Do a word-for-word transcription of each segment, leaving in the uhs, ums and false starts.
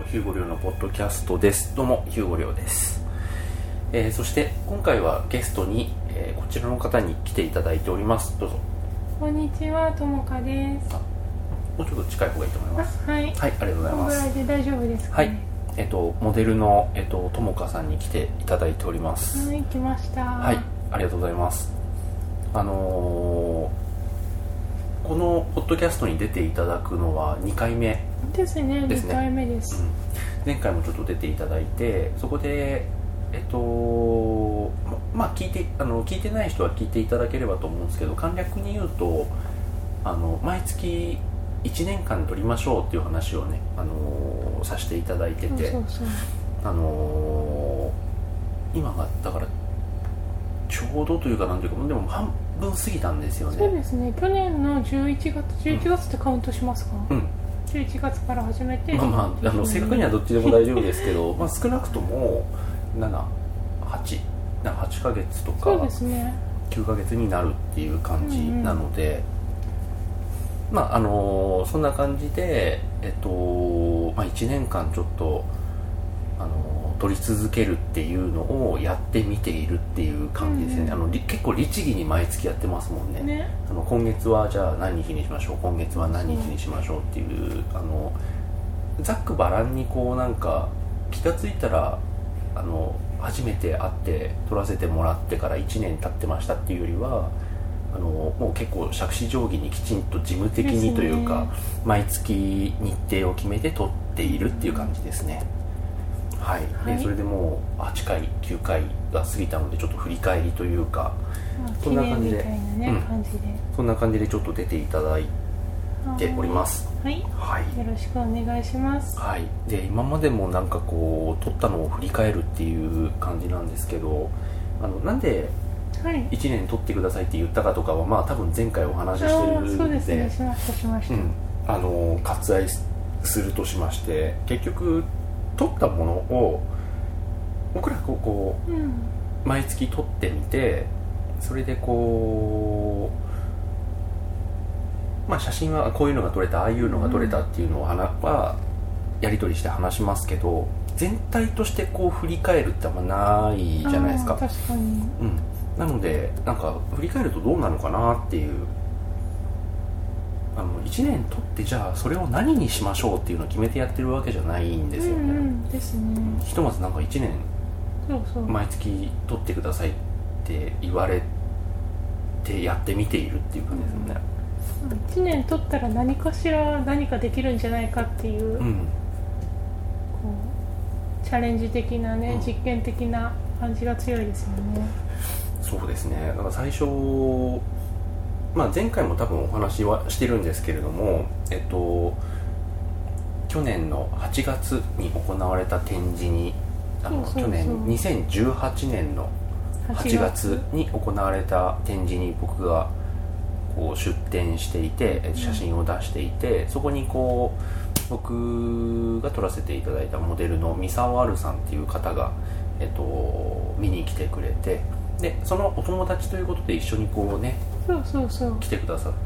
ヒューゴリョウのポッドキャストです。どうもヒューゴリョウです。えー、そして今回はゲストに、えー、こちらの方に来ていただいております。どうぞ。 こんにちは、ともかです。 もうちょっと近い方がいいと思います。 はい、 はい、ありがとうございこのます。 ぐらいで大丈夫ですかね。 はい、えっとモデルのえっとともかさんに来ていただいております。 はい、来ました。 はい、ありがとうございます。あのーこのポッドキャストに出ていただくのはにかいめですね。 ですね。 にかいめです。 うん、前回もちょっと出ていただいて、そこでえっとまあ聞いてあの聞いてない人は聞いていただければと思うんですけど、簡略に言うとあの毎月いちねんかん取りましょうっていう話をね、あのさせていただいてて、 そうそうそう、 あの今がだからちょうどというかなんというかでも半分過ぎたんですよね。 そうですね。去年のじゅういちがつ、じゅういちがつってカウントしますか？ うん。 じゅういちがつから始めて、 まあまあ、あの正確にはどっちでも大丈夫ですけど、まあ少なくともなな、はち、はちかげつとかそうですね。 きゅうかげつになるっていう感じなので、うんうん、まああのそんな感じでえっとまあいちねんかんちょっとあの取り続けるっていうのをやってみているっていう感じですね。うんうん、あの結構律儀に毎月やってますもんね。 ね、 あの今月はじゃあ何日にしましょう、今月は何日にしましょうっていう、あのざっくばらんにこうなんか気がついたらあの初めて会って取らせてもらってからいちねん経ってましたっていうよりは、あのもう結構杓子定規にきちんと事務的にというか、ね、毎月日程を決めて取っているっていう感じですね。はい、はい、でそれでもうはちかいきゅうかいが過ぎたのでちょっと振り返りというか、 まあ、そんな感じで、ね、うん、感じでそんな感じでちょっと出ていただいております。 はい、はい、よろしくお願いします。 はい、で今までもなんかこう撮ったのを振り返るっていう感じなんですけど、あのなんでいちねん撮ってくださいって言ったかとかはまあ多分前回お話ししてるので、 そうですね、しましたしました、うん、 あの割愛するとしまして結局撮ったものを僕らこうこう、うん、毎月撮ってみて、それでこうまあ写真はこういうのが撮れたああいうのが撮れたっていうのをはやり取りして話しますけど、全体としてこう振り返るってあんまないじゃないですか。 確かに、 うん、なのでなんか振り返るとどうなのかなっていう、あのいちねん撮ってじゃあそれを何にしましょうっていうのを決めてやってるわけじゃないんですよね。うんうん、 ですね。 ひとまずなんかいちねんそうそう毎月撮ってくださいって言われてやってみているっていう感じですよね。 うん、いちねん撮ったら何かしら何かできるんじゃないかっていう、うん、こうチャレンジ的なね、うん、実験的な感じが強いですよね。 そうですね。だから最初まあ、前回も多分お話はしてるんですけれども、えっと、去年のはちがつに行われた展示にあの去年にせんじゅうはちねんのはちがつに行われた展示に僕がこう出展していて写真を出していて、うん、そこにこう僕が撮らせていただいたモデルの三沢あるさんっていう方が、えっと、見に来てくれて、でそのお友達ということで一緒にこうねそうそうそう来てくださった。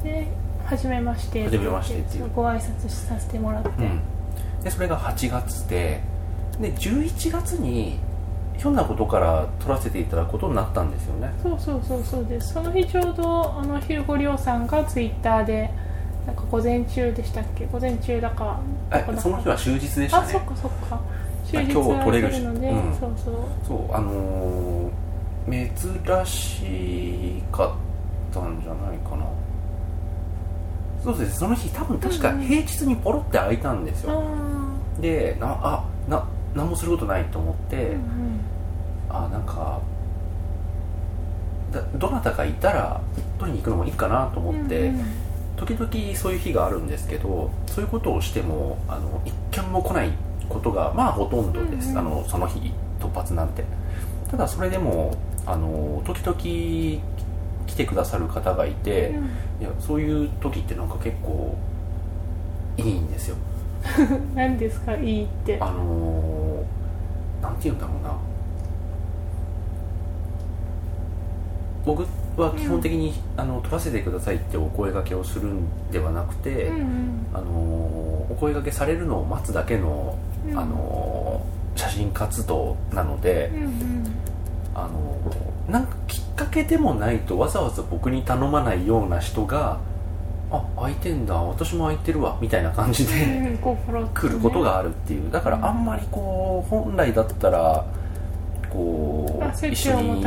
で初めまして初めましてっていうご挨拶させてもらって、うん、 でそれがはちがつででじゅういちがつにひょんなことから撮らせていただくことになったんですよね。 そうそうそうそうです。その日ちょうどあのヒューゴリョウさんがツイッターでなんか午前中でしたっけ、午前中だかあその日は終日でしたね。 あそっかそっか終日今日撮れるし、 ので、うん、そうそうそうあのー、珍しかったんじゃないかな。そうです。その日多分確か平日にポロって空いたんですよ、うん、でなあな何もすることないと思って、うんうん、あなんかだどなたかいたら取りに行くのもいいかなと思って、うんうん、時々そういう日があるんですけど、そういうことをしてもあの一件も来ないことがまあほとんどです、うんうん、あのその日突発なんて。ただそれでもあの時々来てくださる方がいて、うん、いやそういう時ってなんか結構いいんですよ。 何ですかいいって。 あのー、なんて言うんだろうな、僕は基本的に、うん、あの撮らせてくださいってお声掛けをするんではなくて、うんうん、あのお声掛けされるのを待つだけの、うん、あの写真活動なので、うんうん、あのなんかきっかけでもないとわざわざ僕に頼まないような人があ、空いてんだ、私も空いてるわみたいな感じで、うん、来ることがあるっていう。だからあんまりこう本来だったらこう一緒に、うん、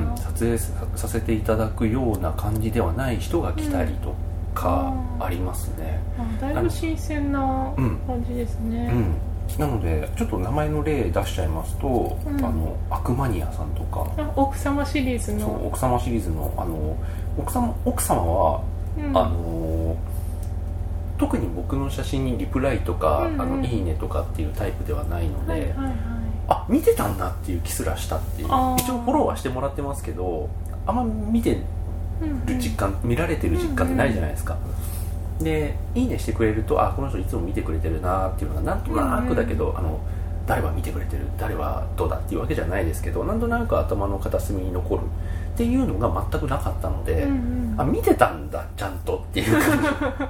撮影させていただくような感じではない人が来たりとかありますね、 うん、あだいぶ新鮮な感じですね、 うんうん、なのでちょっと名前の例出しちゃいますと、うん、あのアクマニアさんとか、 あ奥様シリーズのそう奥様シリーズのあの奥様奥様は、うん、あの特に僕の写真にリプライとか、うんうん、あのいいねとかっていうタイプではないので、はいはいはい、あ見てたんだっていう気すらしたっていう。一応フォローはしてもらってますけどあんま見てる実感、うんうん、見られてる実感ってないじゃないですか、うんうん、でいいねしてくれるとあこの人いつも見てくれてるなっていうのがなんとなくだけど、うんうん、あの誰は見てくれてる誰はどうだっていうわけじゃないですけどなんとなく頭の片隅に残るっていうのが全くなかったので、うんうん、あ見てたんだちゃんとっていう感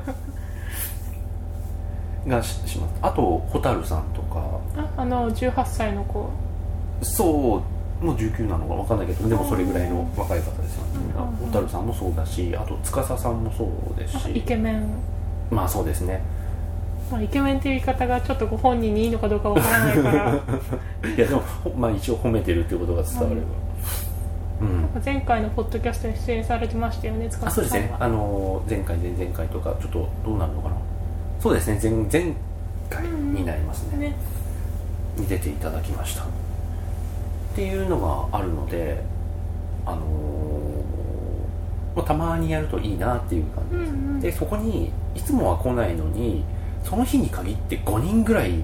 じが し, します。あと蛍さんとかあ, あのじゅうはっさいの子そうもうじゅうきゅうなのか分かんないけどでもそれぐらいの若い方ですよね。蛍さんもそうだしあと司さんもそうですしイケメンまあそうですね、 まあ、イケメンっていう言い方がちょっとご本人にいいのかどうか分からないからいやでも、まあ、一応褒めてるっていうことが伝われば、 うんうん、なんか前回のポッドキャストに出演されてましたよね司さんは。 あそうですねあの前回前々回とかちょっとどうなるのかなそうですね 前, 前回になります ね,、うん、ねに出ていただきましたっていうのがあるのであのー、たまにやるといいなっていう感じです、うんうん、でそこにいつもは来ないのにその日に限ってごにんぐらい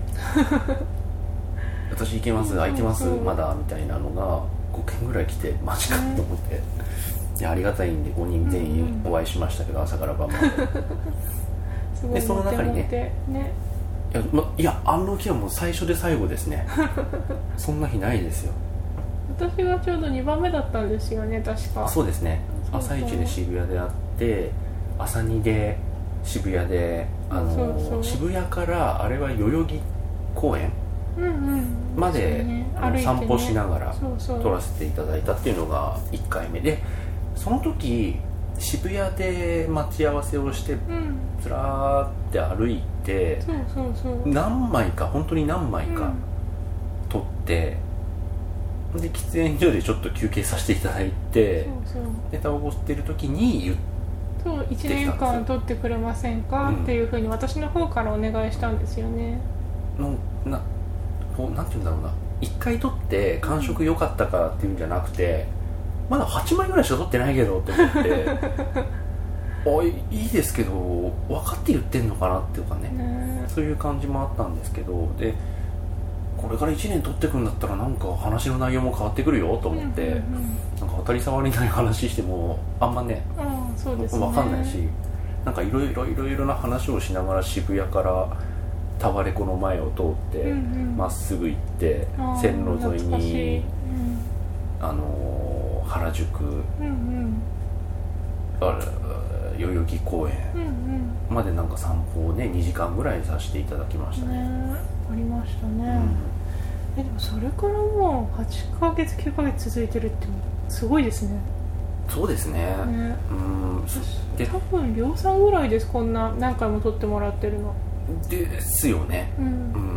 私行けます空いてますまだみたいなのがごけんぐらい来てマジかと思って、うん、いやありがたいんでごにん全員お会いしましたけど、うんうん、朝から晩まででその中に ね, ねいや、ま、いやあの日はもう最初で最後ですねそんな日ないですよ。 私がちょうどにばんめだったんですよね確か。 そうですね朝一で渋谷であって朝にで渋谷であのそうそう渋谷からあれは代々木公園まで、うんうんね、あの散歩しながら撮らせていただいたっていうのがいっかいめでその時渋谷で待ち合わせをして、うん、ずらーって歩いてそうそうそう何枚か本当に何枚か撮って、うん、で喫煙所でちょっと休憩させていただいてそうそうネタを持ってる時に言ってそういちねんかん撮ってくれませんか、うん、っていうふうに私の方からお願いしたんですよね。 のなこうなんていうんだろうないっかい撮って感触良かったからっていうんじゃなくて、うん、まだはちまいぐらいしか撮ってないけどって思っておいいいですけど分かって言ってんのかなっていうか ね, ねそういう感じもあったんですけどでこれからいちねん撮ってくんだったらなんか話の内容も変わってくるよと思って、うんうんうん、なんか当たり障りない話してもあんまね、 うんそうですね、 分かんないしなんかいろいろいろいろな話をしながら渋谷からタワレコの前を通ってま、うんうん、っすぐ行って線路沿いに、うん、あの原宿、うんうん、あ代々木公園までなんか散歩をねにじかんぐらいさせていただきましたね。 ねありましたね、うん、えでもそれからもうはちかげつきゅうかげつ続いてるってすごいですね。 そうです ね, ねうんで多分量産ぐらいですこんな何回も撮ってもらってるのですよね、うんうん、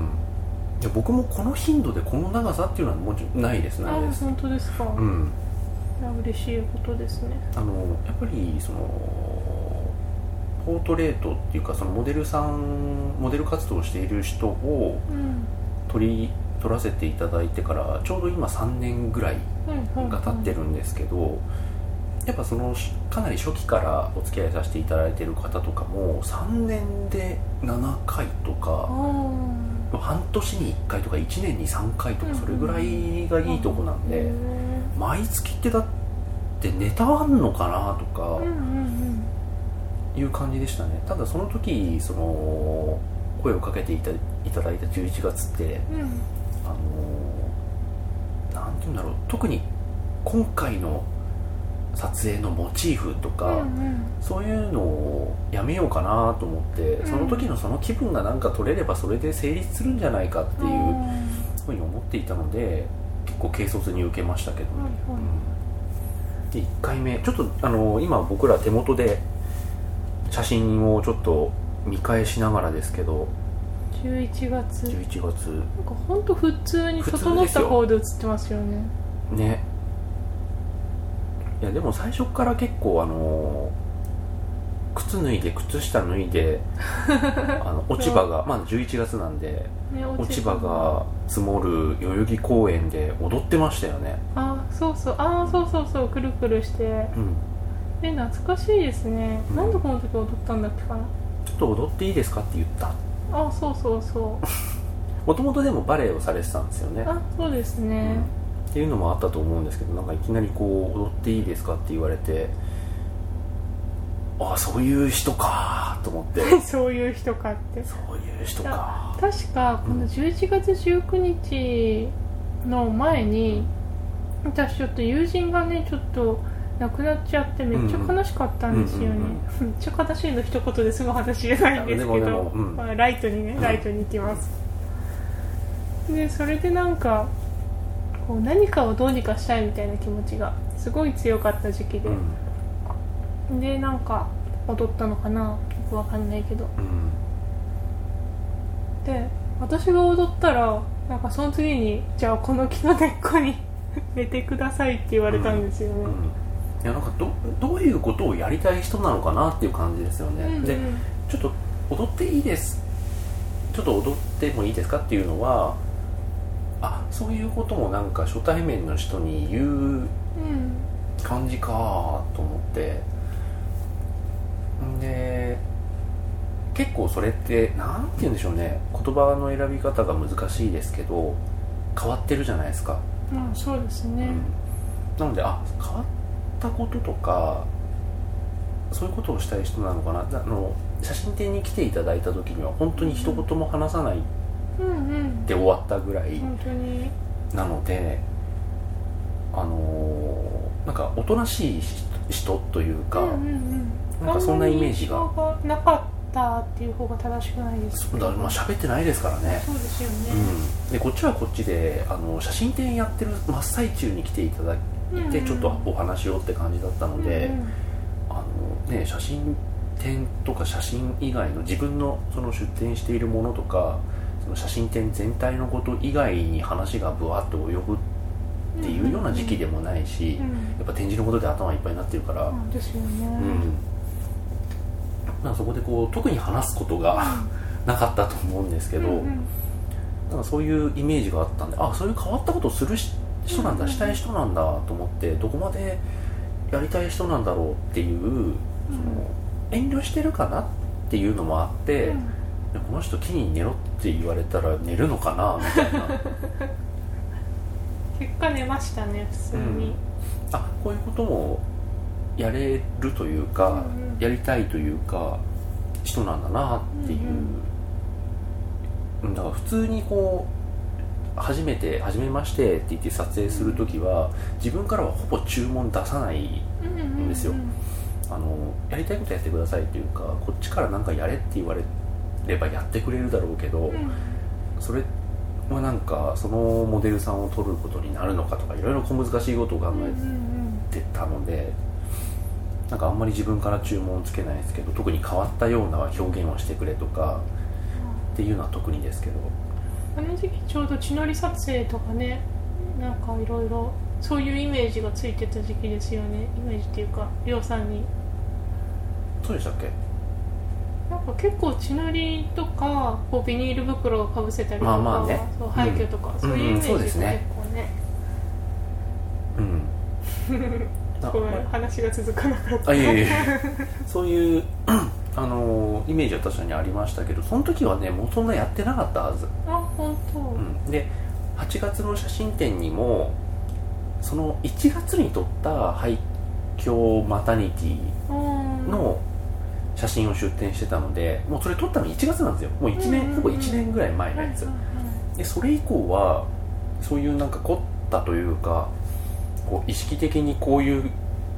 いや僕もこの頻度でこの長さっていうのはもうちょっとないですね。 あ本当ですか、うん、いや嬉しいことですね。 あのやっぱりそのポートレートっていうかそのモデルさんモデル活動をしている人を取り、うん、取らせていただいてからちょうど今さんねんぐらいが経ってるんですけど、うんうんうんやっぱそのかなり初期からお付き合いさせていただいている方とかもさんねんでななかいとか半年にいっかいとかいちねんにさんかいとかそれぐらいがいいとこなんで、うんうん、毎月ってだってネタあんのかなとかいう感じでしたね。ただその時その声をかけていた、いただいたじゅういちがつって、うん、あのなんていうんだろう特に今回の撮影のモチーフとか、 うんうん、 そういうのをやめようかなと思って、うん、その時のその気分がなんか取れればそれで成立するんじゃないかっていうふうに思っていたので、結構軽率に受けましたけどね、はいはい、うん、でいっかいめちょっとあの今僕ら手元で写真をちょっと見返しながらですけど、 じゅういちがつじゅういちがつなんか本当普通に整った方で写ってますよね。 ね。いやでも最初から結構あの靴脱いで靴下脱いであの落ち葉がまだじゅういちがつなんで、ね、落ち葉が積もる代々木公園で踊ってましたよね。 あそうそうあそうそうそうくるくるして、うん、え懐かしいですね、うん、なんでこの時踊ったんだっけかな。 ちょっと踊っていいですかって言った。 あそうそうそうもともとでもバレエをされてたんですよね。 あそうですね、 うん、っていうのもあったと思うんですけど、なんかいきなりこう踊っていいですかって言われて、あそういう人かと思ってそういう人かってそういう人か。 確かこのじゅういちがつじゅうくにちの前に、うん、私ちょっと友人がねちょっと亡くなっちゃってめっちゃ悲しかったんですよね、うんうんうん、めっちゃ悲しいの一言で済む話じゃないんですけど、うん、まあ、ライトにねライトに行きます、うん、でそれでなんかこう何かをどうにかしたいみたいな気持ちがすごい強かった時期で、うん、でなんか踊ったのかなよくわかんないけど、うん、で私が踊ったらなんかその次にじゃあこの木の根っこに寝てくださいって言われたんですよね、うんうん、 いやなんか ど, どういうことをやりたい人なのかなっていう感じですよね、うんうん、でちょっと踊っていいですちょっと踊ってもいいですかっていうのはあそういうこともなんか初対面の人に言う感じかと思って、んで結構それってなんて言うんでしょうね、言葉の選び方が難しいですけど変わってるじゃないですか。 うん、そうですね、うん、 なのであ変わったこととかそういうことをしたい人なのかな。あの写真展に来ていただいた時には本当に一言も話さないで終わったぐらいなので、あのー、なんかおとなしい人というか、うんうんうん、なんかそんなイメージがなかったっていう方が正しくないですか。 だからまあ喋ってないですからね。 そうですよね、 うん、でこっちはこっちであの写真展やってる真っ最中に来ていただいて、うんうん、ちょっとお話をって感じだったので、うんうん、あのね、写真展とか写真以外の自分のその出展しているものとかその写真展全体のこと以外に話がぶわっと及ぶっていうような時期でもないし、うんうんうん、やっぱ展示のことで頭いっぱいになってるから、 うんですよね、うん、 なんかそこでこう特に話すことがなかったと思うんですけど、うんうん、なんかそういうイメージがあったんで、あそういう変わったことをする人なんだ、したい人なんだと思って、どこまでやりたい人なんだろうっていう、その遠慮してるかなっていうのもあって、うん、この人木に寝ろって言われたら寝るのかなみたいな結果寝ましたね普通に、うん、 あこういうこともやれるというか、うんうん、やりたいというか人なんだなっていう、うんうん、だから普通にこう初めて初めましてって言って撮影するときは自分からはほぼ注文出さないんですよ、うんうんうん、あのやりたいことやってくださいっていうかこっちから何かやれって言われればやってくれるだろうけど、うん、それはなんかそのモデルさんを撮ることになるのかとかいろいろ小難しいことを考えてたので、なんかあんまり自分から注文をつけないですけど、特に変わったような表現をしてくれとかっていうのは特にですけど、 あの時期ちょうど地のり撮影とかね、なんかいろいろそういうイメージがついてた時期ですよね。イメージっていうかりょうさんにそうでしたっけ。 なんか結構地のりとかこうビニール袋をかぶせたりとか、まあまあね、そう廃墟とか、うん、そういうイメージが結構ね、うん、ごめん話が続かなかった。あいえいえそういうあのイメージは確かにありましたけど、その時はねもうそんなやってなかったはず。 あ本当、 うん、ではちがつの写真展にもそのいちがつに撮った廃墟マタニティの写真を出展してたので、もうそれ撮ったのいちがつなんですよ。もういちねん、うんうんうん、ほぼいちねんぐらい前のやつ、うんうんうん、でそれ以降はそういうなんか凝ったというかこう意識的にこういう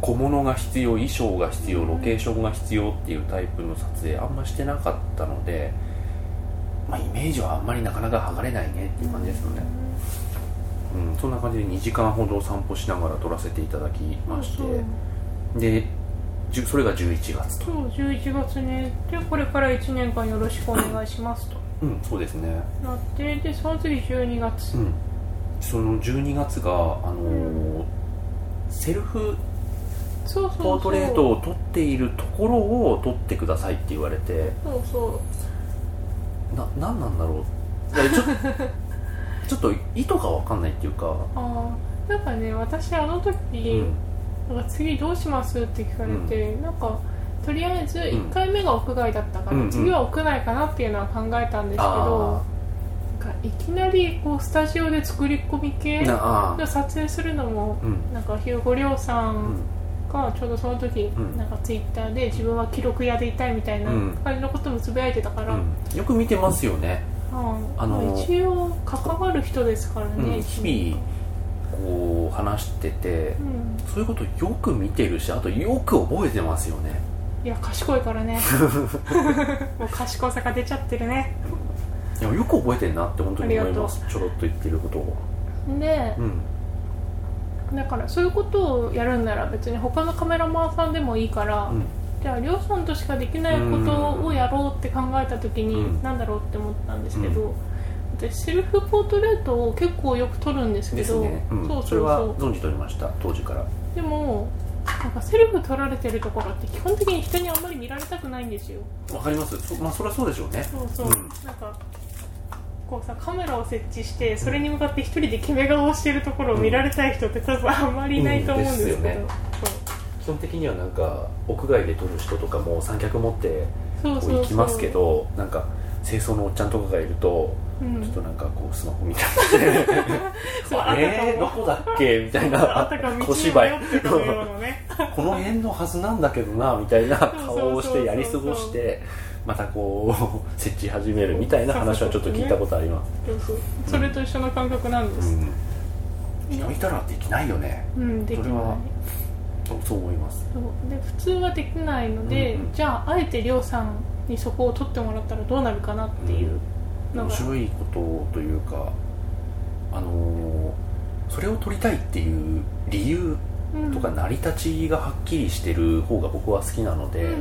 小物が必要、衣装が必要、ロケーションが必要っていうタイプの撮影あんましてなかったので、まあ、イメージはあんまりなかなか剥がれないねっていう感じですよね、うん、そんな感じでにじかんほど散歩しながら撮らせていただきまして、 そうそうでそれがじゅういちがつと。 そうじゅういちがつね。でこれからいちねんかんよろしくお願いしますとうんそうですね。 なって、でその次じゅうにがつ、 うん、そのじゅうにがつが、あのーうん、セルフそうそうそうポートレートを撮っているところを撮ってくださいって言われて、 そうそうな、なんなんだろうちょちょっと意図が分かんないっていうか、 あなんかね、私あの時、うん、なんか次どうしますって聞かれて、うん、なんかとりあえずいっかいめが屋外だったから、うん、次は屋内かなっていうのは考えたんですけど、なんかいきなりこうスタジオで作り込み系の撮影するのも、うん、なんかヒューゴリョウさんがちょうどその時、うん、なんかツイッターで自分は記録屋でいたいみたいな感じのこともつぶやいてたから、うん、 よく見てますよね、 うん、あの一応関わる人ですからね、うん、 日々こう話してて、うん、そういうことよく見てるし、あとよく覚えてますよね。 いや賢いからねもう賢さが出ちゃってるね。 いやよく覚えてるなって本当に思います。ちょろっと言ってることをで、うん、だからそういうことをやるんなら別に他のカメラマンさんでもいいから、うん、じゃありょうさんとしかできないことをやろうって考えた時に、うん、なんだろうって思ったんですけど、うん、私セルフポートレートを結構よく撮るんですけど、 ね、うん、そうそうそう、それは存じておりました、当時から。でもなんかセルフ撮られてるところって基本的に人にあんまり見られたくないんですよ。 わかります。そ、まあ、それはそうでしょうね。 そうそう、うん、なんかこうさカメラを設置してそれに向かって一人で決め顔をしてるところを見られたい人って多分あんまりいないと思うんですけど、うんうんですよね、 基本的にはなんか屋外で撮る人とかも三脚持ってこう行きますけど、なんか清掃のおっちゃんとかがいると、うん、ちょっとなんかこうスマホ見たりえー、どこだっけみたいな小芝居この辺のはずなんだけどなみたいな顔をしてやり過ごしてまたこう設置始めるみたいな話はちょっと聞いたことあります。 そうそう、それと一緒の感覚なんです。 人いたらできないよね、 うん、できない。それはそう思います。 そうで普通はできないので、うんうん、じゃああえてりょうさんにそこを取ってもらったらどうなるかなっていうのが、 うん、面白いことというか、あのー、それを取りたいっていう理由とか成り立ちがはっきりしてる方が僕は好きなので、うんうん、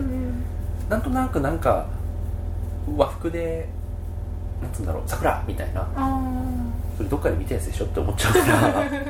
なんとなくなんか和服でなんつうんだろう桜みたいな、それどっかで見たやつでしょって思っちゃうからうん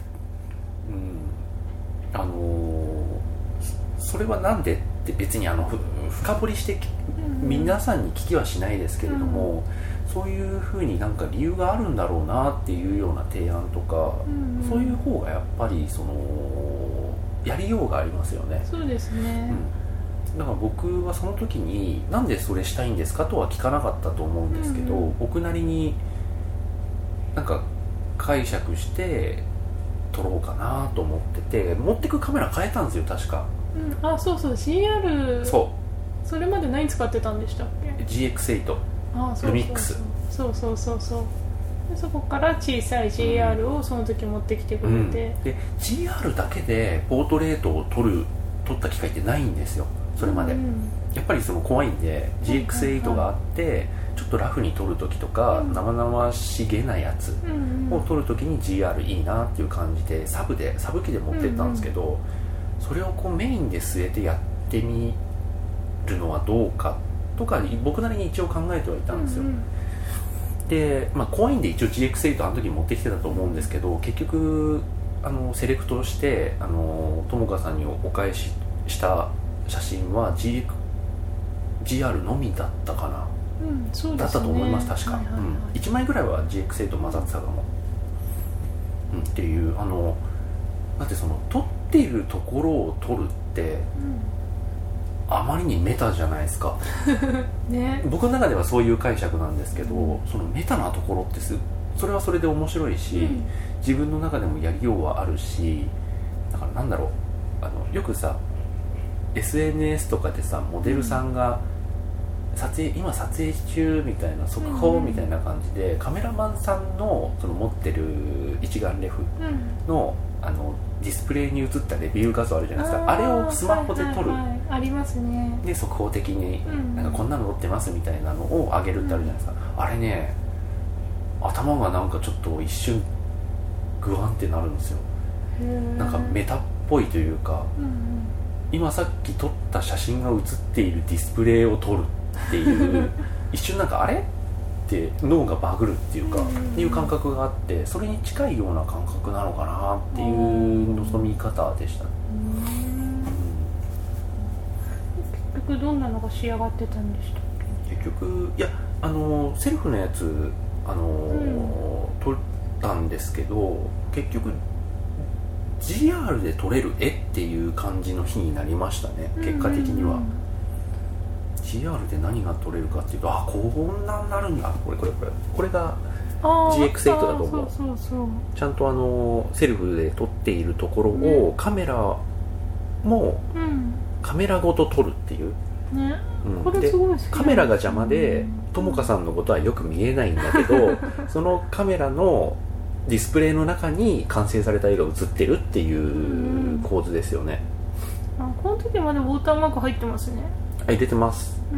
あのー、それはなんでって別にあの深掘りして皆さんに聞きはしないですけれども、うん、そういうふうになんか理由があるんだろうなっていうような提案とか、うん、そういう方がやっぱりそのやりようがありますよね。 そうですね、 うん、だから僕はその時になんでそれしたいんですかとは聞かなかったと思うんですけど、うん、僕なりになんか解釈して撮ろうかなと思ってて、持ってくカメラ変えたんですよ確か、 うん、あそうそう ジーアールそうそれまで何使ってたんでしたっけ？ ジーエックスエイトあそうそうそうルミックス、 そうそうそうそうでそこから小さい ジーアール をその時持ってきてくれて、うん、 で ジーアール だけでポートレートを撮る撮った機会ってないんですよそれまで、うん、やっぱりその怖いんで ジーエックスエイト があって、はいはいはい、ちょっとラフに撮る時とか、うん、生々しげなやつを撮る時に ジーアール いいなっていう感じでサブでサブ機で持ってったんですけど、うんうん、それをこうメインで据えてやってみるのはどうかとか僕なりに一応考えてはいたんですよ、うんうん、で、まあ、怖いんで一応 ジーエックスエイト あの時持ってきてたと思うんですけど、結局あのセレクトしてあの友果さんにお返しした写真は G ジーアール のみだったかな、 うんそうですね、 だったと思います確か、 はいはいはい、うん、 いちまいぐらいは ジーエックスエイト 混ざってたかも、うん、っていうあのだってその撮っているところを撮るって、うんあまりにメタじゃないですか、 ね、 僕の中ではそういう解釈なんですけど、うん、そのメタなところってすそれはそれで面白いし、うん、自分の中でもやりようはあるし、だからなんだろうあのよくさ エスエヌエス とかでさモデルさんが撮影、今撮影中みたいな速報みたいな感じで、うん、カメラマンさんのその持ってる一眼レフの、 あのディスプレイに映ったレビュー画像あるじゃないですか。 あ, あれをスマホで撮る、 はいはいはい、ありますね。 で速報的に、うん、なんかこんなの撮ってますみたいなのを上げるってあるじゃないですか、うん、あれね頭がなんかちょっと一瞬グワンってなるんですよ。なんかメタっぽいというか、うんうん、今さっき撮った写真が写っているディスプレイを撮るっていう一瞬なんかあれって脳がバグるっていうか、うんうん、っていう感覚があって、それに近いような感覚なのかなっていう望み方でしたね。 結局どんなのが仕上がってたんでしたっけ？ 結局いやあのセルフのやつあの、うん、撮ったんですけど、結局 ジーアール で撮れる絵っていう感じの日になりましたね、結果的には。うんうんうん、ジーアール で何が撮れるかっていうと、あこんなになるんだ、これこれこれこれが ジーエックスエイト だと思う。 そうそうそう、 ちゃんとあのセルフで撮っているところを、カメラもカメラごと撮るっていう、 ね、 うん、 これすごい好きなんですよね。 カメラが邪魔でともかさんのことはよく見えないんだけどそのカメラのディスプレイの中に完成された絵が映ってるっていう構図ですよね。 うん、あこの時までウォーターマーク入ってますね。 あ入れてます、 うん、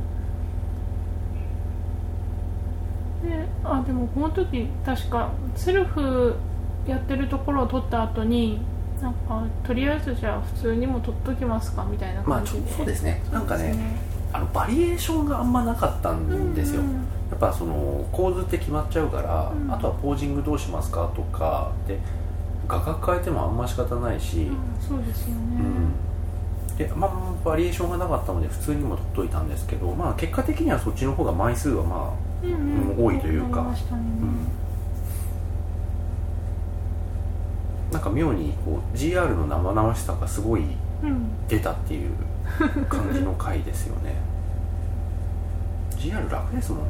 であでもこの時確かセルフやってるところを撮った後になんかとりあえずじゃあ普通にも撮っときますかみたいな感じで、 まあ、そうですね。なんかね、あのバリエーションがあんまなかったんですよ、うんうん、やっぱその構図って決まっちゃうから、うん、あとはポージングどうしますかとかで画角変えてもあんま仕方ないし、うん、 そうですよね、 うん、で、まあ、バリエーションがなかったので普通にも撮っといたんですけど、まあ、結果的にはそっちの方が枚数はまあ、うんうん、多いというか、ね、うん、なんか妙にこう ジーアール の生々しさがすごい出たっていう感じの回ですよねジーアール 楽ですもん。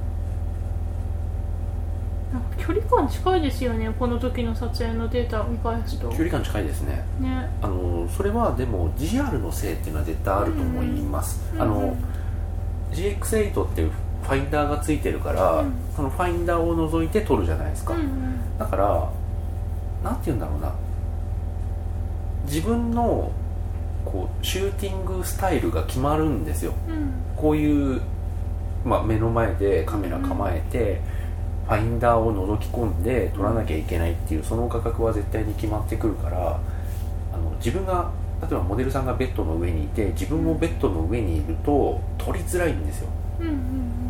なんか距離感近いですよね、この時の撮影のデータを見返すと。 距離感近いですね。 ね、 あのそれはでも ジーアール のせいっていうのは絶対あると思います、うん、あの、うん、ジーエックスエイト っていうファインダーがついてるから、うん、そのファインダーを除いて撮るじゃないですか、うんうん、だからなんて言うんだろうな、自分のこうシューティングスタイルが決まるんですよ、うん、こういう、まあ、目の前でカメラ構えて、うん、ファインダーを覗き込んで撮らなきゃいけないっていうその画角は絶対に決まってくるから、あの自分が例えばモデルさんがベッドの上にいて自分もベッドの上にいると撮りづらいんですよ、うんうんうん、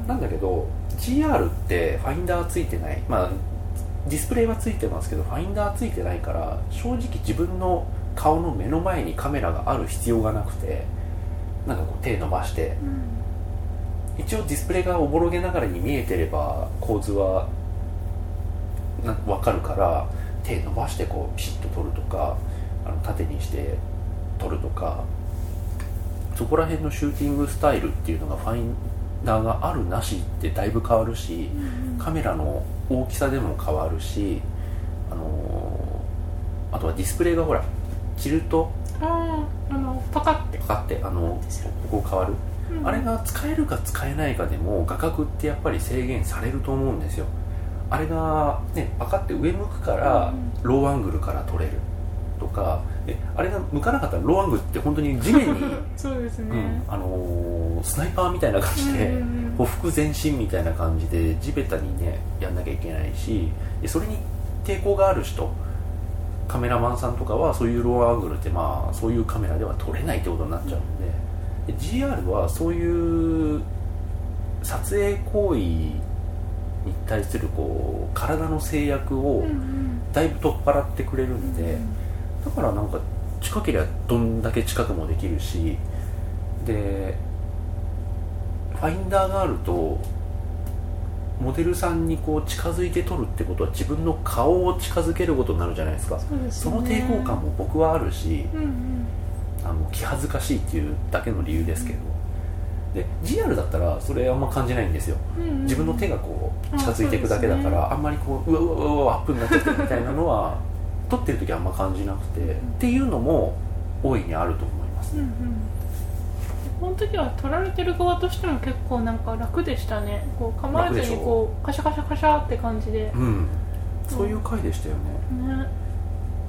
なんだけど ジーアール ってファインダーついてない、まあディスプレイはついてますけどファインダーついてないから正直自分の顔の目の前にカメラがある必要がなくて、なんかこう手伸ばして、うん、一応ディスプレイがおぼろげながらに見えてれば構図はな分かるから手伸ばしてこうピシッと撮るとか、あの縦にして撮るとか、そこら辺のシューティングスタイルっていうのがファインダーがあるなしってだいぶ変わるし、うん、カメラの大きさでも変わるし、あのー、あとはディスプレイがほらチルト、 ああのパカッてパカッてあのここ変わる、うん、あれが使えるか使えないかでも画角ってやっぱり制限されると思うんですよ。あれがねパカッて上向くからローアングルから撮れるとか、えあれが向かなかったらローアングルって本当に地面にそうですね、 うん、あのー、スナイパーみたいな感じで、うんうんうん、歩幅前進みたいな感じで地べたにねやんなきゃいけないし、それに抵抗がある人、カメラマンさんとかはそういうローアングルってまあそういうカメラでは撮れないってことになっちゃうんで、で ジーアール はそういう撮影行為に対するこう体の制約をだいぶ取っ払ってくれるんで、だからなんか近ければどんだけ近くもできるし、でファインダーがあるとモデルさんにこう近づいて撮るってことは自分の顔を近づけることになるじゃないですか。 そうですね、その抵抗感も僕はあるし、うんうん、あの気恥ずかしいっていうだけの理由ですけど、で ジーアール だったらそれあんま感じないんですよ、うんうん、自分の手がこう近づいていくだけだから、 あ, ね、あんまりこううわうわうわアップになっちゃってるみたいなのは撮ってる時はあんま感じなくて、うん、っていうのも大いにあると思います、うんうん、 この時は撮られてる側としても結構なんか楽でしたね。こう構えずにこうカシャカシャカシャって感じで、 うん、そういう回でしたよね、 ね、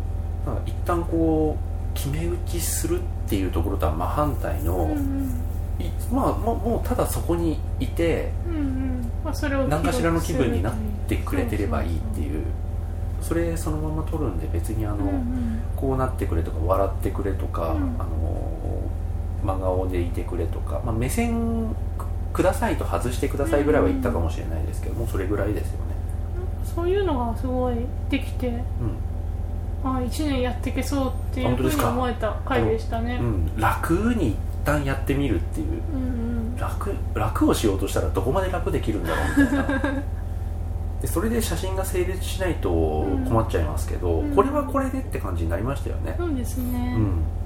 なんか一旦こう決め打ちするっていうところとは真反対の、 うんうんいまあ、もうもうただそこにいて、 うんうんまあ、それを何かしらの気分になってくれてればいいっていう、それそのまま撮るんで、別にあの、 うんうん、 こうなってくれとか笑ってくれとか、 うん、 あの真顔でいてくれとか、まあ、目線くださいと外してくださいぐらいは言ったかもしれないですけど、もうそれぐらいですよね。 そういうのがすごいできて、うん、あいちねんやっていけそうっていうふうに思えた回でしたね。 うん、楽に一旦やってみるっていう、うんうん、楽, 楽をしようとしたらどこまで楽できるんだろうみたいなでそれで写真が成立しないと困っちゃいますけど、うん、これはこれでって感じになりましたよね。 そうですね、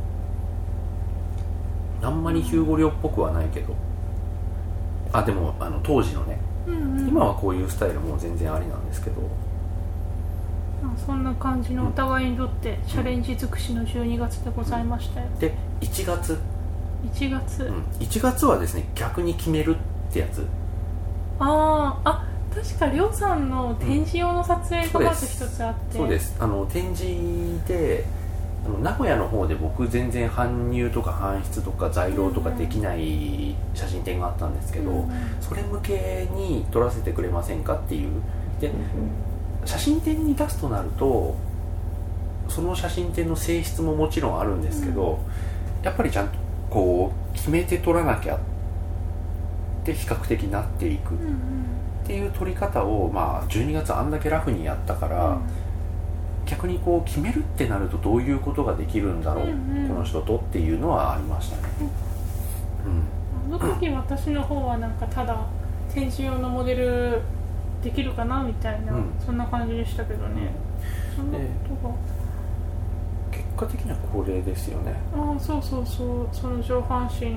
うん、あんまりヒューゴリョっぽくはないけど、あでもあの当時のね、うんうん、今はこういうスタイルも全然ありなんですけど、 そんな感じのお互いにとってチャレンジ尽くしのじゅうにがつでございましたよ、うん、 でいちがついちがつ、うん、 いちがつはですね、逆に決めるってやつ。 ああ、確かりょうさんの展示用の撮影がまず一つあって、 そうです、あの展示であの名古屋の方で僕全然搬入とか搬出とか在廊とかできない写真展があったんですけど、うん、それ向けに撮らせてくれませんかっていうで、写真展に出すとなるとその写真展の性質ももちろんあるんですけど、うん、やっぱりちゃんとこう決めて撮らなきゃって比較的なっていくっていう撮り方を、まあ、じゅうにがつあんだけラフにやったから、うん、逆にこう決めるってなるとどういうことができるんだろう、うんうん、この人とっていうのはありましたね、 うん、あの時私の方はなんかただ展示用のモデルできるかなみたいな、うん、そんな感じでしたけどね、うん、そんなことが結果的にはこれですよね。 ああ、そうそうそう、その上半身アップの、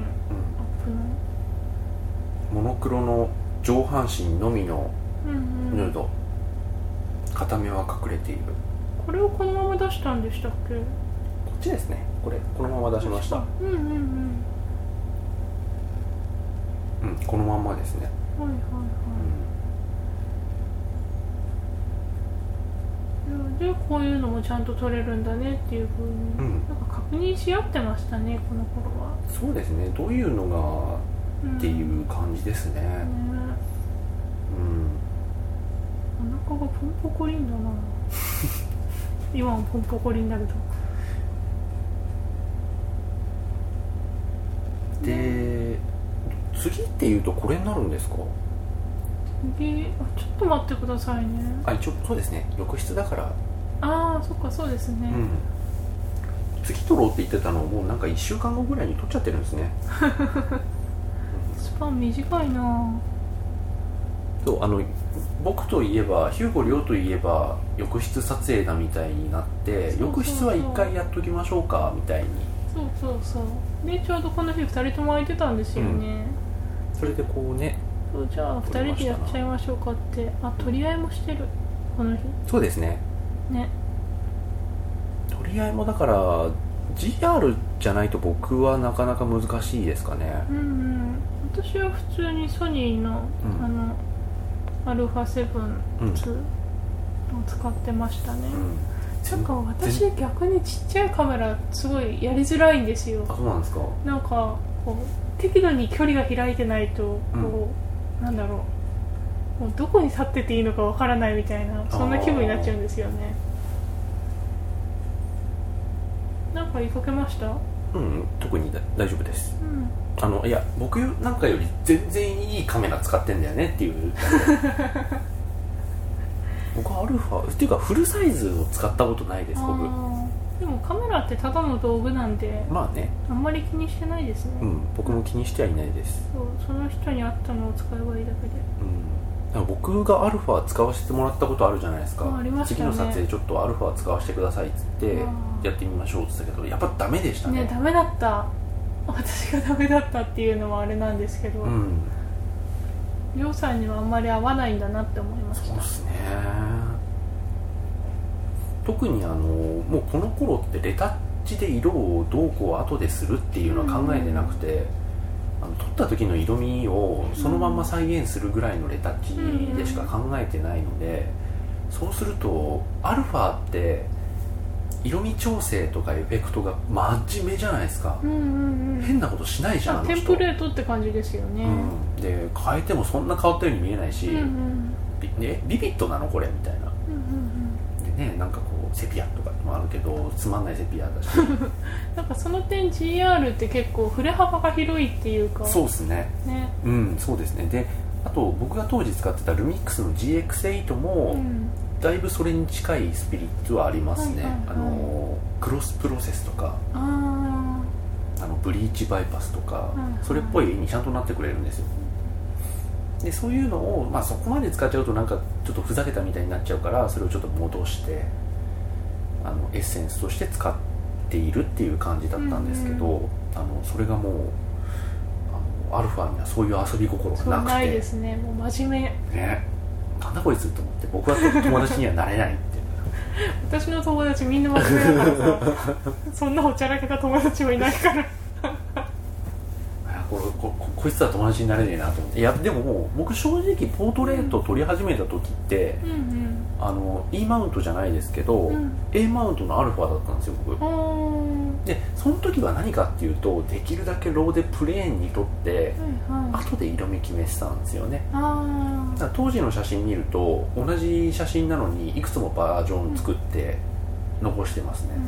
うん、モノクロの上半身のみのヌード、うんうん、片目は隠れている。 これをこのまま出したんでしたっけ？こっちですね、これこのまま出しました。 うんうんうんうん、このまんまですね。 はいはいはい、うん、でこういうのもちゃんと撮れるんだねっていう風に、うん、なんか確認し合ってましたね、この頃は。 そうですね、どういうのがっていう感じですね、うん、ね、 うん、お腹がポンポコリンだな今もポンポコリンだけど。 で、次っていうとこれになるんですか？ 次、あ、ちょっと待ってくださいね。 あ、一応そうですね、浴室だから。 ああ、そっか、そうですね、 うん、次撮ろうって言ってたのをもうなんかいっしゅうかんごぐらいに撮っちゃってるんですねスパン短いな。 そう、あの僕といえばヒューゴリョウといえば浴室撮影だみたいになって、そうそうそう、浴室は一回やっときましょうかみたいに。 そうそうそうで、ちょうどこの日ふたりとも空いてたんですよね、 うん、それでこうね、 そう、じゃあふたりでやっちゃいましょうかって。あ、取り合いもしてるこの日。 そうですね、 ね、 取り合いもだから ジーアール じゃないと僕はなかなか難しいですかね。 うんうん、私は普通にソニーの、うん、あのアルファセブンツーを使ってましたね、うん、なんか私逆にちっちゃいカメラすごいやりづらいんですよ。 あ、そうなんですか。 なんかこう適度に距離が開いてないとこう、うん、なんだろう、もうどこに立ってていいのかわからないみたいな、そんな気分になっちゃうんですよね。なんか言いかけました？ うん、特に大丈夫です、 うん、 あのいや、僕なんかより全然いいカメラ使ってんだよねっていう僕はアルファっていうかフルサイズを使ったことないです。僕でもカメラってただの道具なんで、 まあね、 あんまり気にしてないですね。 うん、僕も気にしてはいないです。 そう、その人に合ったのを使えばいいだけで、 うん、僕がアルファ使わせてもらったことあるじゃないですか。 あ、ありましたね。 次の撮影ちょっとアルファ使わせてくださいっつってやってみましょうっつったけど、やっぱダメでしたね。 ね、ダメだった。私がダメだったっていうのはあれなんですけど、りょうさんにはあんまり合わないんだなって思いました。 そうですね。特にあのもうこの頃ってレタッチで色をどうこう後でするっていうのは考えてなくて、うん、あの撮った時の色味をそのまんま再現するぐらいのレタッチでしか考えてないので、そうするとアルファって色味調整とかエフェクトが真面目じゃないですか、 うんうんうん、 変なことしないじゃん、あの人。 テンプレートって感じですよね、 うん、で変えてもそんな変わったように見えないし、 うんうん、 ビ, ね、ビビットなのこれみたいな、 うんうんうん、 でね、なんかこうセピアとかもあるけどつまんないセピアだしなんかその点 ジーアール って結構振れ幅が広いっていうか。 そうですね、 ね、 うん、そうですね。であと僕が当時使ってたルミックスの ジーエックスエイト も、うん、だいぶそれに近いスピリッツはありますね、はいはいはい、あのクロスプロセスとか、ああのブリーチバイパスとか、はいはい、それっぽい絵にちゃんとなってくれるんですよ。でそういうのを、まあ、そこまで使っちゃうとなんかちょっとふざけたみたいになっちゃうから、それをちょっと戻してあのエッセンスとして使っているっていう感じだったんですけど、うんうん、あのそれがもうあのアルファにはそういう遊び心がなくて、そうないですね、もう真面目ね、なんだこいつと思って、僕は友達にはなれないって私の友達みんな真面目だからさそんなおちゃらけた友達もいないからこ, こ, こ, こいつは友達になれねえなと思って。いやでももう僕正直ポートレート撮り始めた時って、うんうん、あの E マウントじゃないですけど、うん、A マウントのアルファだったんですよ僕。でその時は何かっていうと、できるだけローでプレーンに撮って、はいはい、後で色味決めてたんですよね。あだから当時の写真見ると同じ写真なのにいくつもバージョン作って残してますね、うんうん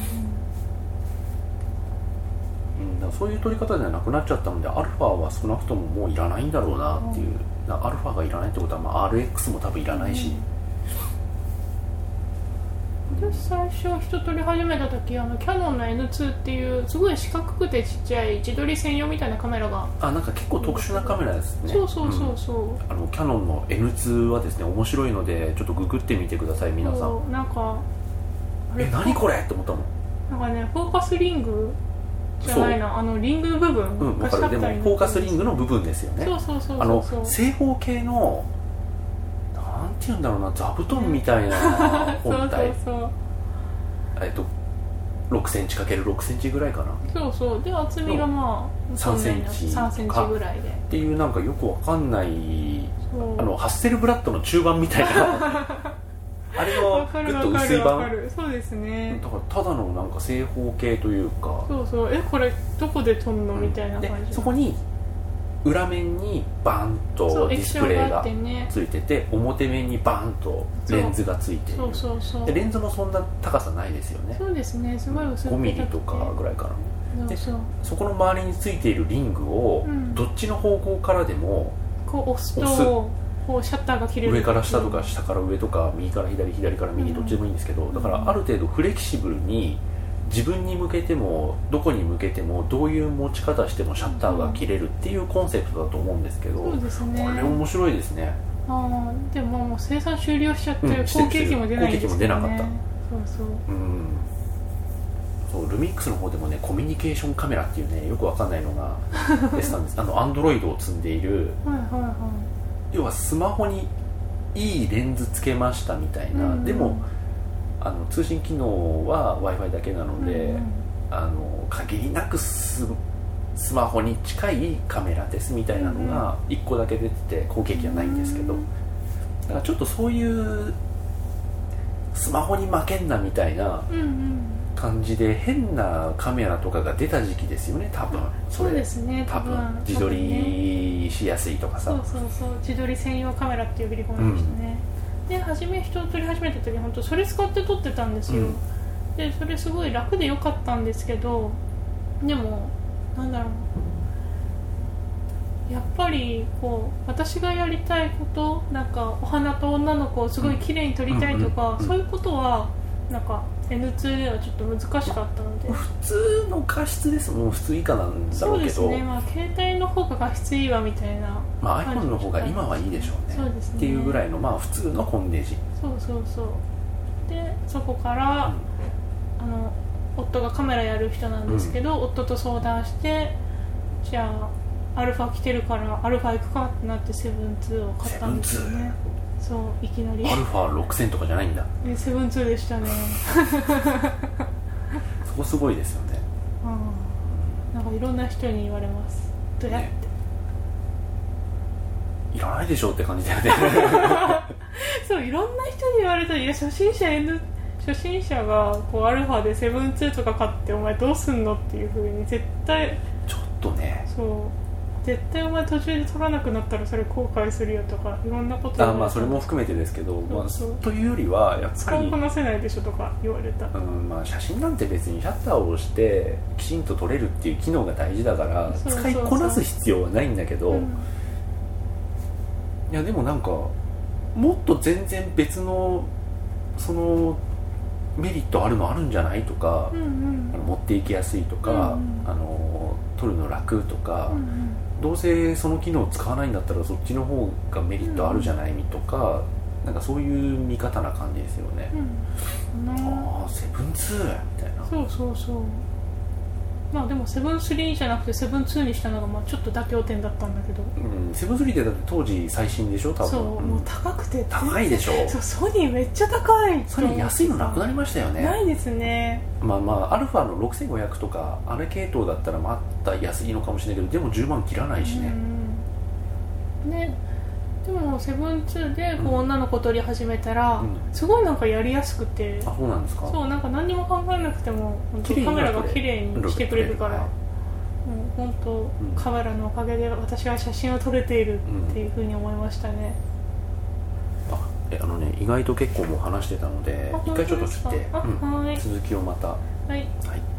うん、だからそういう撮り方じゃなくなっちゃったので、アルファは少なくとももういらないんだろうなっていう、うん、アルファがいらないってことは、まあ、アールエックス も多分いらないし、 うん、私最初人撮り始めた時、あのキヤノンの エヌツー っていうすごい四角くてちっちゃい自撮り専用みたいなカメラが、 あ、なんか結構特殊なカメラですね。 そうそうそうそう、うん、 あのキヤノンの エヌツー はですね面白いのでちょっとググってみてください皆さん。 なんかあれえ何これって思ったもん。 なんかねフォーカスリングじゃないな、あのリングの部分が下ったり、うん、でもフォーカスリングの部分ですよね。 そうそうそうそう、 あの正方形のなんていうんだろうな、座布団みたいな本体そうそうそう、えっとろくセンチ ×ろく センチぐらいかな。そうそうで厚みがまあさんセンチさんセンチぐらいでっていう、なんかよくわかんないあのハッセルブラッドの中盤みたいなあれのぐっと薄い版。 そうですね。 だからただのなんか正方形というか、 そうそう、えこれどこで撮んのみたいな感じ、 でそこに裏面にバンとディスプレイがついてて、表面にバンとレンズがついている。 そうそうそう、 でレンズもそんな高さないですよね。 そうですね、すごい薄くてごミリとかぐらいかな。で そ, そこの周りについているリングを、うん、どっちの方向からでもこう押すとこうシャッターが切れる。 上から下とか下から上とか右から左左から右どっちでもいいんですけど、うん、だからある程度フレキシブルに自分に向けてもどこに向けてもどういう持ち方してもシャッターが切れるっていうコンセプトだと思うんですけど、 そうですね、 これ面白いですね。 あでももう生産終了しちゃって、うん、後継機も出ないんですよね。後継機も出なかった。そうそう、うんそうルミックスの方でもねコミュニケーションカメラっていうねよくわかんないのが出てたんですあのアンドロイドを積んでいるはいはい、はい、要はスマホにいいレンズつけましたみたいな、うんうん、でもあの通信機能は Wi-Fi だけなので、うんうん、あの限りなくス, スマホに近いカメラですみたいなのがいっこだけ出てて後継機はないんですけど、だからちょっとそういうスマホに負けんなみたいな感じで変なカメラとかが出た時期ですよね多分。 それそうですね、 多分自撮りしやすいとかさ、 そうそうそう、自撮り専用カメラって呼び込みましたね、うん、で初め人を撮り始めた時本当それ使って撮ってたんですよ、うん、でそれすごい楽で良かったんですけど、でもなんだろう、やっぱりこう私がやりたいこと、なんかお花と女の子をすごい綺麗に撮りたいとか、うんうんうんうん、そういうことはなんか エヌツー ではちょっと難しかったので、 普通の画質ですもん、普通以下なんだろうけど、 そうですね、まあ、携帯の方が画質いいわみたいな、 まあ、iPhone の方が今はいいでしょうね、 そうですねっていうぐらいの、まあ、普通のコンデジ。 そうそうそう、でそこから、うん、あの夫がカメラやる人なんですけど、うん、夫と相談して、じゃあアルファ来てるからアルファ行くかってなってセブンツーを買ったんですよね。そういきなりアルファろくせんとかじゃないんだ。 セブンツーでしたねそこすごいですよね。 うん、なんかいろんな人に言われます、どうやって、ね、 いらないでしょって感じだよねそういろんな人に言われたら、いや初心者 N 初初心者がこうアルファでセブンツーとか買ってお前どうすんのっていう風に絶対ちょっとね、 そう絶対お前途中で取らなくなったらそれ後悔するよとかいろんなことあ、まあそれも含めてですけど、まあ、というよりはやっぱ使いりこなせないでしょとか言われた、 うんまあ、写真なんて別にシャッターを押してきちんと撮れるっていう機能が大事だからそうそうそう使いこなす必要はないんだけど、 うん、 いやでもなんかもっと全然別のそのメリットあるのあるんじゃないとか、 うんうん、 持っていきやすいとか、 うんうん、 あの撮るの楽とか、 うんうん、 どうせその機能使わないんだったらそっちの方がメリットあるじゃないとか、うん、なんかそういう見方な感じですよね、 うん、 ああセブンツーみたいな。 そうそうそう。まあでもセブンスリーじゃなくてセブンツーにしたのがまあちょっと妥協点だったんだけど、 うん、セブンスリーってだって当時最新でしょ多分。 そう、 うん、 もう高くて高いでしょ。 そうソニーめっちゃ高い。 ソニー安いのなくなりましたよね。 ないですね。 まあまあアルファのろくせんごひゃくとかあれ系統だったらまた安いのかもしれないけど、でもじゅうまん切らないしね、 うんね。でもセブンツーでこう女の子撮り始めたら、 うん、 すごいなんかやりやすくて、 あ、そうなんですか。 そうなんか何も考えなくても本当カメラが綺麗にしてくれるから、もう本当、うん、カメラのおかげで私は写真を撮れているっていうふうに思いましたね、 うん、あえあのね意外と結構もう話してたので一回ちょっと切って、 あ、 うん、 はい、 続きをまた。 はい、 はい